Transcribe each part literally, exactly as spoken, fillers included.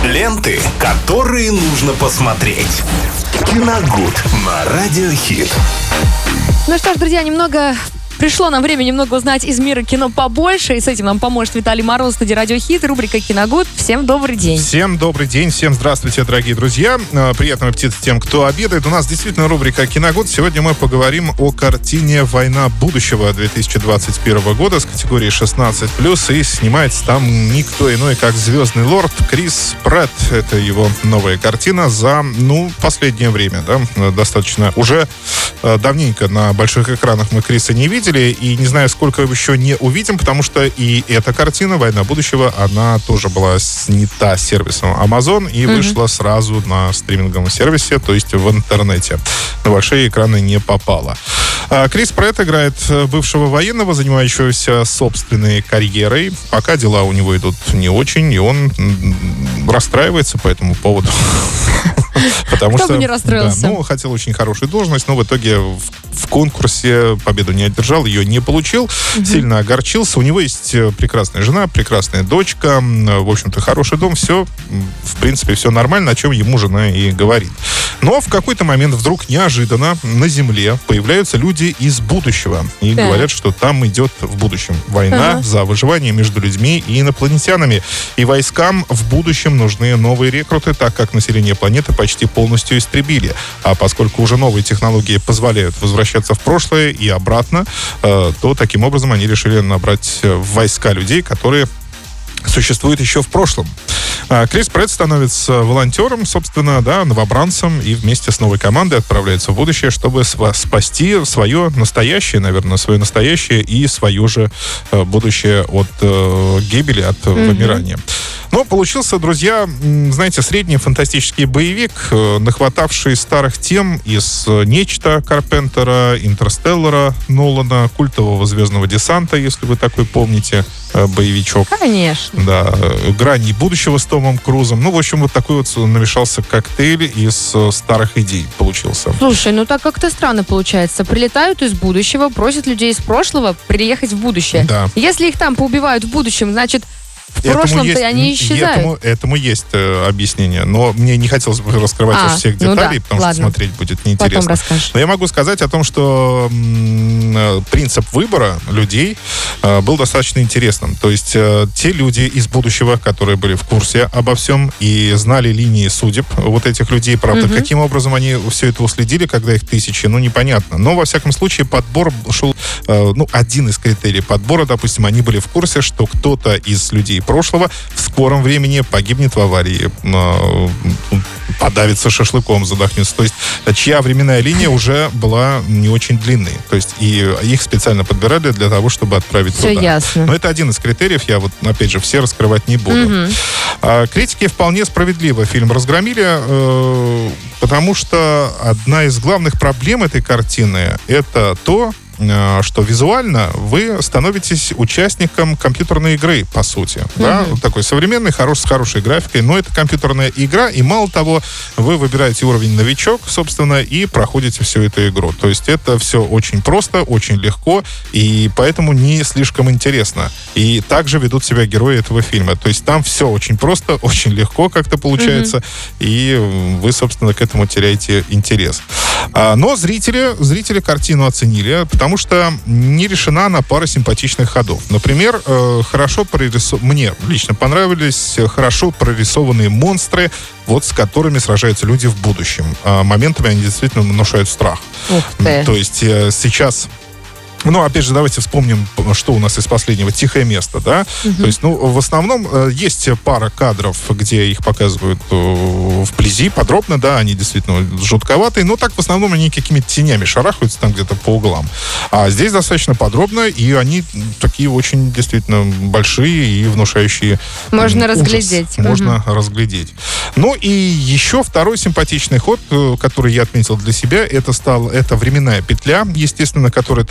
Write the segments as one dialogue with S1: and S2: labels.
S1: Ленты, которые нужно посмотреть. Киногуд на Радиохит.
S2: Ну что ж, друзья, немного... Пришло нам время немного узнать из мира кино побольше, и с этим нам поможет Виталий Мороз, студия Радиохит, рубрика «Киногуд». Всем добрый день.
S3: Всем добрый день, всем здравствуйте, дорогие друзья. Приятного аппетита тем, кто обедает. У нас действительно рубрика «Киногуд». Сегодня мы поговорим о картине «Война будущего» две тысячи двадцать первого года с категорией шестнадцать плюс, и снимается там никто иной, как «Звездный лорд» Крис Пратт. Это его новая картина за, ну, последнее время, да, достаточно. Уже давненько на больших экранах мы Криса не видели, и не знаю, сколько еще не увидим, потому что и эта картина «Война будущего», она тоже была снята сервисом Amazon и mm-hmm. вышла сразу на стриминговом сервисе, то есть в интернете. На большие экраны не попала. Крис Пратт играет бывшего военного, занимающегося собственной карьерой. Пока дела у него идут не очень, и он расстраивается по этому поводу. Потому
S2: Кто
S3: что,
S2: бы не расстроился.
S3: Да, ну, хотел очень хорошую должность, но в итоге в, в конкурсе победу не одержал, ее не получил, угу. сильно огорчился. У него есть прекрасная жена, прекрасная дочка, в общем-то, хороший дом, все, в принципе, все нормально, о чем ему жена и говорит. Но в какой-то момент вдруг неожиданно на Земле появляются люди из будущего и да. говорят, что там идет в будущем война ага. за выживание между людьми и инопланетянами. И войскам в будущем нужны новые рекруты, так как население планеты почти полностью истребили. А поскольку уже новые технологии позволяют возвращаться в прошлое и обратно, то таким образом они решили набрать в войска людей, которые существуют еще в прошлом. Крис Пратт становится волонтером, собственно, да, новобранцем, и вместе с новой командой отправляется в будущее, чтобы спасти свое настоящее, наверное, свое настоящее и свое же будущее от э, гибели, от mm-hmm. вымирания. Но получился, друзья, знаете, средний фантастический боевик, нахватавший старых тем из «Нечто» Карпентера, «Интерстеллара» Нолана, культового «Звездного десанта», если вы такой помните, боевичок.
S2: Конечно.
S3: Да, «Грани будущего» с Томом Крузом. Ну, в общем, вот такой вот намешался коктейль из старых идей получился.
S2: Слушай, ну так как-то странно получается. Прилетают из будущего, просят людей из прошлого приехать в будущее.
S3: Да.
S2: Если их там поубивают в будущем, значит... В прошлом-то они исчезают.
S3: Этому, этому есть э, объяснение. Но мне не хотелось бы раскрывать а, всех деталей, ну да, потому ладно. Что смотреть будет неинтересно.
S2: Потом расскажешь.
S3: Но я могу сказать о том, что м, принцип выбора людей э, был достаточно интересным. То есть э, те люди из будущего, которые были в курсе обо всем и знали линии судеб вот этих людей, правда, угу. каким образом они все это уследили, когда их тысячи, ну, непонятно. Но, во всяком случае, подбор шел, э, ну, один из критерий подбора, допустим, они были в курсе, что кто-то из людей прошлого в скором времени погибнет в аварии, подавится шашлыком, задохнется. То есть чья временная линия уже была не очень длинной. То есть и их специально подбирали для того, чтобы отправить
S2: Все
S3: туда.
S2: ясно.
S3: Но это один из критериев. Я вот, опять же, все раскрывать не буду. Угу. А, критики вполне справедливо фильм разгромили, э, потому что одна из главных проблем этой картины — это то, что визуально вы становитесь участником компьютерной игры, по сути. Mm-hmm. Да? Такой современный, хорош, с хорошей графикой, но это компьютерная игра, и мало того, вы выбираете уровень новичок, собственно, и проходите всю эту игру. То есть это все очень просто, очень легко, и поэтому не слишком интересно. И также ведут себя герои этого фильма. То есть там все очень просто, очень легко как-то получается, mm-hmm. и вы, собственно, к этому теряете интерес. А, но зрители, зрители картину оценили, потому что не решена она пара симпатичных ходов. Например, э, хорошо прорисов... мне лично понравились хорошо прорисованные монстры, вот с которыми сражаются люди в будущем. А моментами они действительно внушают страх.
S2: Ух ты.
S3: То есть э, сейчас... Ну, опять же, давайте вспомним, что у нас из последнего «Тихое место», да? Uh-huh. То есть, ну, в основном э, есть пара кадров, где их показывают э, вблизи, подробно, да, они действительно жутковатые, но так в основном они какими-то тенями шарахаются там где-то по углам. А здесь достаточно подробно, и они такие очень действительно большие и внушающие
S2: Можно
S3: ужас.
S2: разглядеть.
S3: Можно
S2: Uh-huh.
S3: разглядеть. Ну, и еще второй симпатичный ход, который я отметил для себя, это стал, это временная петля, естественно, которая там существует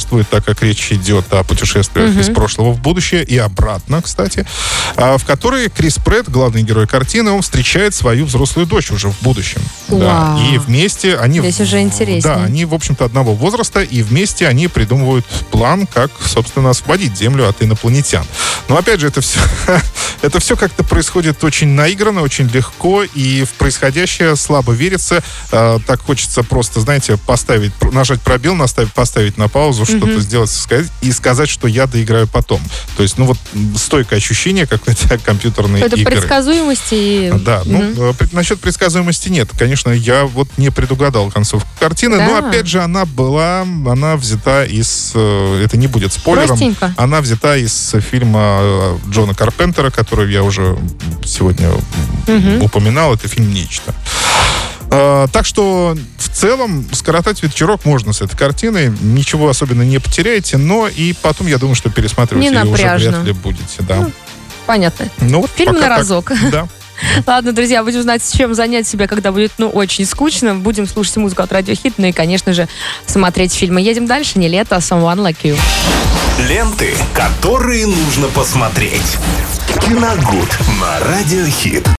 S3: существует, так как речь идет о путешествиях mm-hmm. из прошлого в будущее и обратно, кстати, в которой Крис Претт, главный герой картины, он встречает свою взрослую дочь уже в будущем.
S2: Wow.
S3: Да. И вместе они...
S2: Здесь уже интереснее.
S3: Да, они, в общем-то, одного возраста, и вместе они придумывают план, как, собственно, освободить Землю от инопланетян. Но, опять же, это все, это все как-то происходит очень наигранно, очень легко, и в происходящее слабо верится. Э, так хочется просто, знаете, поставить, нажать пробел, наставить, поставить на паузу, mm-hmm. что-то сделать, сказать, и сказать, что я доиграю потом. То есть, ну вот, стойкое ощущение какой-то компьютерной
S2: это
S3: игры.
S2: предсказуемости. И...
S3: Да,
S2: mm-hmm.
S3: ну, пред, насчет предсказуемости нет. Конечно, я вот не предугадал концовку картины,
S2: да.
S3: но, опять же, она была, она взята из... Это не будет спойлером.
S2: Простенько.
S3: Она взята из фильма Джона Карпентера, который я уже сегодня mm-hmm. упоминал. Это фильм «Нечто». Uh, так что в целом скоротать вечерок можно с этой картиной. Ничего особенно не потеряете, но и потом, я думаю, что пересматривать ее уже вряд ли будете. Да.
S2: Ну, понятно.
S3: Ну, вот
S2: фильм на разок.
S3: Да.
S2: Ладно, друзья, будем знать, с чем занять себя, когда будет, ну, очень скучно. Будем слушать музыку от Радио Хит, ну и, конечно же, смотреть фильмы. Едем дальше. Не лето, а Someone Like You.
S1: Ленты, которые нужно посмотреть. Киногуд на Радио Хит.